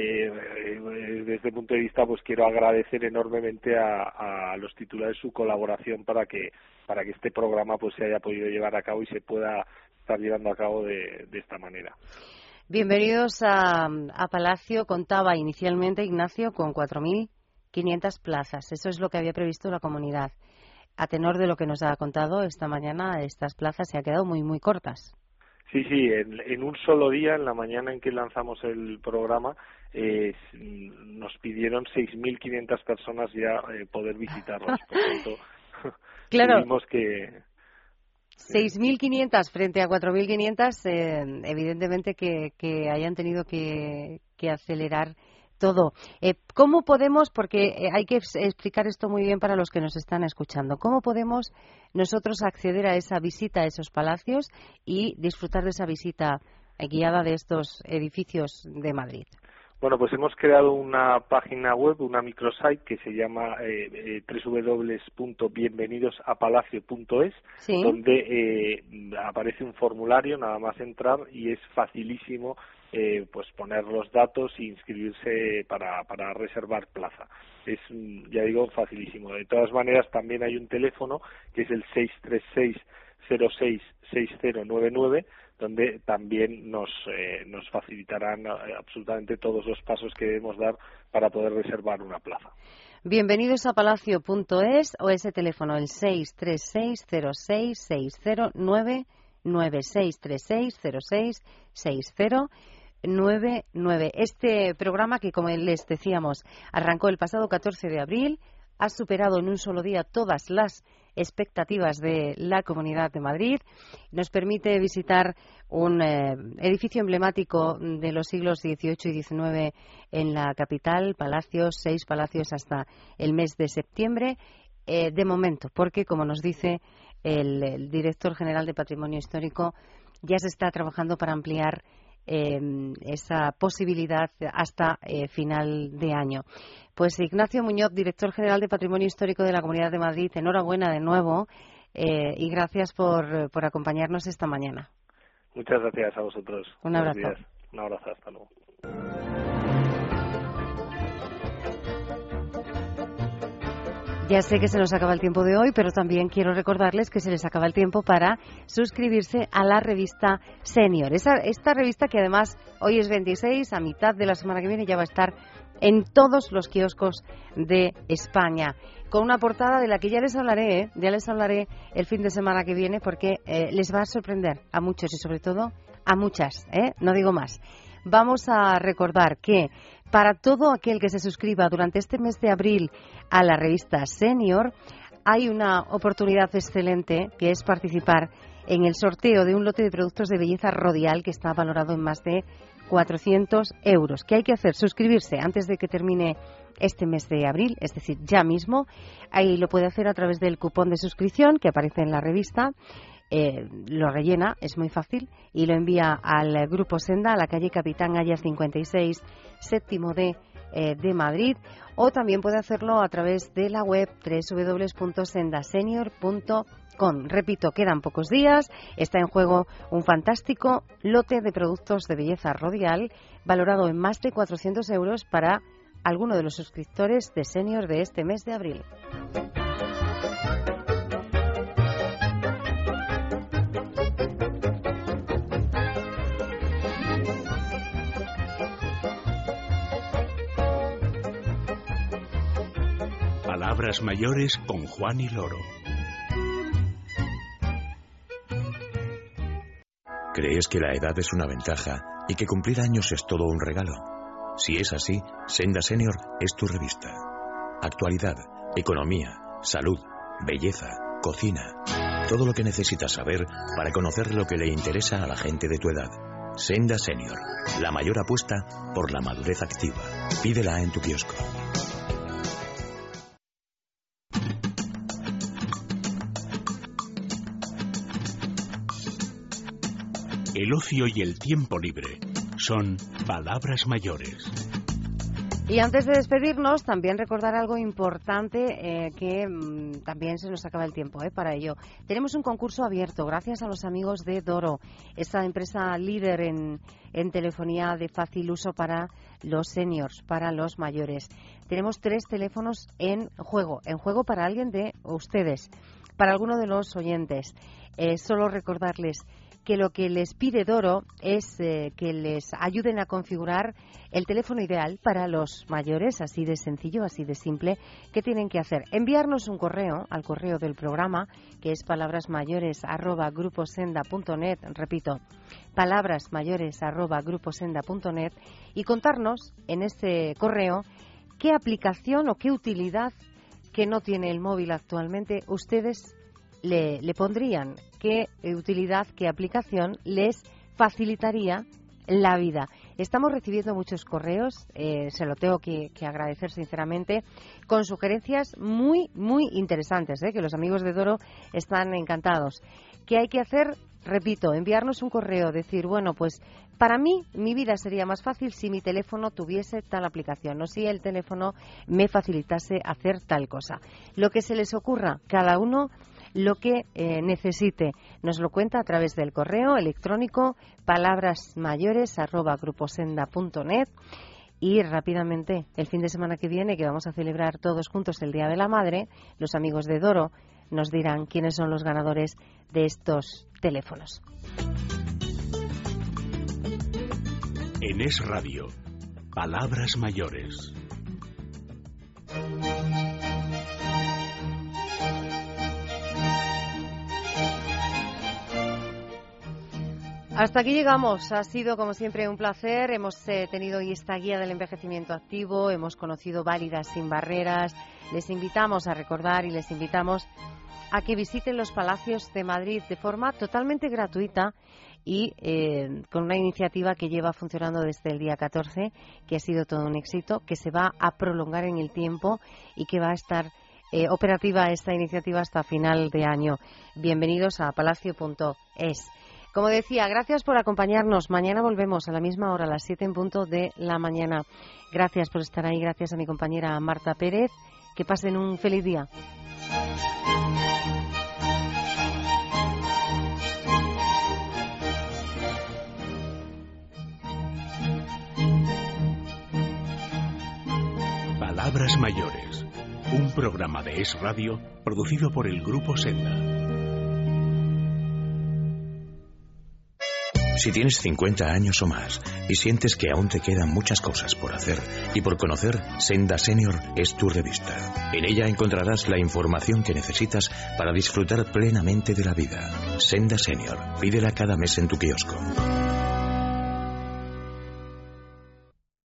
este punto de vista pues quiero agradecer enormemente a los titulares su colaboración para que este programa pues se haya podido llevar a cabo y se pueda estar llevando a cabo de esta manera. Bienvenidos a Palacio. Contaba inicialmente, Ignacio, con 4.500 plazas. Eso es lo que había previsto la comunidad. A tenor de lo que nos ha contado esta mañana, estas plazas se han quedado muy, muy cortas. Sí, en un solo día, en la mañana en que lanzamos el programa, nos pidieron 6.500 personas ya poder visitarlos. Por tanto, claro, tuvimos que... 6.500 frente a 4.500, evidentemente que hayan tenido que acelerar todo. ¿Cómo podemos, porque hay que explicar esto muy bien para los que nos están escuchando, cómo podemos nosotros acceder a esa visita a esos palacios y disfrutar de esa visita guiada de estos edificios de Madrid? Bueno, pues hemos creado una página web, una microsite que se llama www.bienvenidosapalacio.es, ¿sí?, donde aparece un formulario, nada más entrar, y es facilísimo pues poner los datos e inscribirse para reservar plaza. Es, ya digo, facilísimo. De todas maneras, también hay un teléfono que es el 636-06-6099, donde también nos facilitarán absolutamente todos los pasos que debemos dar para poder reservar una plaza. Bienvenidos a palacio.es o ese teléfono, el 636-06-6099, 636-06-6099. Este programa, que como les decíamos arrancó el pasado 14 de abril, ha superado en un solo día todas las expectativas de la Comunidad de Madrid. Nos permite visitar un edificio emblemático de los siglos XVIII y XIX en la capital, 6 palacios hasta el mes de septiembre, de momento, porque como nos dice el director general de Patrimonio Histórico, ya se está trabajando para ampliar esa posibilidad hasta final de año. Pues Ignacio Muñoz, director general de Patrimonio Histórico de la Comunidad de Madrid, enhorabuena de nuevo. y gracias por acompañarnos esta mañana. Muchas gracias a vosotros. Un abrazo. Un abrazo, hasta luego. Ya sé que se nos acaba el tiempo de hoy, pero también quiero recordarles que se les acaba el tiempo para suscribirse a la revista Senior. Esta revista que además hoy es 26, a mitad de la semana que viene ya va a estar en todos los kioscos de España, con una portada de la que ya les hablaré el fin de semana que viene, porque les va a sorprender a muchos y sobre todo a muchas, no digo más. Vamos a recordar que para todo aquel que se suscriba durante este mes de abril a la revista Senior, hay una oportunidad excelente, que es participar en el sorteo de un lote de productos de belleza Rodial que está valorado en más de 400 euros. ¿Qué hay que hacer? Suscribirse antes de que termine este mes de abril, es decir, ya mismo. Ahí lo puede hacer a través del cupón de suscripción que aparece en la revista. Lo rellena, es muy fácil, y lo envía al Grupo Senda, a la calle Capitán Aya 56, séptimo D de Madrid, o también puede hacerlo a través de la web www.sendasenior.com. Repito, quedan pocos días, está en juego un fantástico lote de productos de belleza Rodial valorado en más de 400 euros para alguno de los suscriptores de Senior de este mes de abril. Palabras mayores con Juan y Loro. ¿Crees que la edad es una ventaja y que cumplir años es todo un regalo? Si es así, Senda Senior es tu revista. Actualidad, economía, salud, belleza, cocina. Todo lo que necesitas saber para conocer lo que le interesa a la gente de tu edad. Senda Senior, la mayor apuesta por la madurez activa. Pídela en tu kiosco. El ocio y el tiempo libre son palabras mayores. Y antes de despedirnos, también recordar algo importante que también se nos acaba el tiempo para ello. Tenemos un concurso abierto gracias a los amigos de Doro, esta empresa líder en telefonía de fácil uso para los seniors, para los mayores. Tenemos 3 teléfonos en juego para alguien de ustedes, para alguno de los oyentes. Solo recordarles que lo que les pide Doro es que les ayuden a configurar el teléfono ideal para los mayores, así de sencillo, así de simple. ¿Qué tienen que hacer? Enviarnos un correo al correo del programa, que es palabrasmayores@gruposenda.net, repito, palabrasmayores@gruposenda.net, y contarnos en este correo qué aplicación o qué utilidad que no tiene el móvil actualmente ustedes le pondrían, qué utilidad, qué aplicación les facilitaría la vida. Estamos recibiendo muchos correos, se lo tengo que agradecer sinceramente, con sugerencias muy, muy interesantes, que los amigos de Doro están encantados. ¿Qué hay que hacer? Repito, enviarnos un correo, decir, bueno, pues para mí, mi vida sería más fácil si mi teléfono tuviese tal aplicación, o si el teléfono me facilitase hacer tal cosa. Lo que se les ocurra, cada uno lo que necesite. Nos lo cuenta a través del correo electrónico palabrasmayores@gruposenda.net. Y rápidamente, el fin de semana que viene, que vamos a celebrar todos juntos el Día de la Madre, los amigos de Doro nos dirán quiénes son los ganadores de estos teléfonos. En Es Radio, Palabras Mayores. Hasta aquí llegamos. Ha sido, como siempre, un placer. Hemos tenido hoy esta guía del envejecimiento activo. Hemos conocido Válidas sin barreras. Les invitamos a recordar y les invitamos a que visiten los Palacios de Madrid de forma totalmente gratuita y con una iniciativa que lleva funcionando desde el día 14, que ha sido todo un éxito, que se va a prolongar en el tiempo y que va a estar operativa esta iniciativa hasta final de año. Bienvenidos a palacio.es. Como decía, gracias por acompañarnos. Mañana volvemos a la misma hora, a las 7 en punto de la mañana. Gracias por estar ahí. Gracias a mi compañera Marta Pérez. Que pasen un feliz día. Palabras mayores. Un programa de Es Radio producido por el Grupo Senda. Si tienes 50 años o más y sientes que aún te quedan muchas cosas por hacer y por conocer, Senda Senior es tu revista. En ella encontrarás la información que necesitas para disfrutar plenamente de la vida. Senda Senior, pídela cada mes en tu kiosco.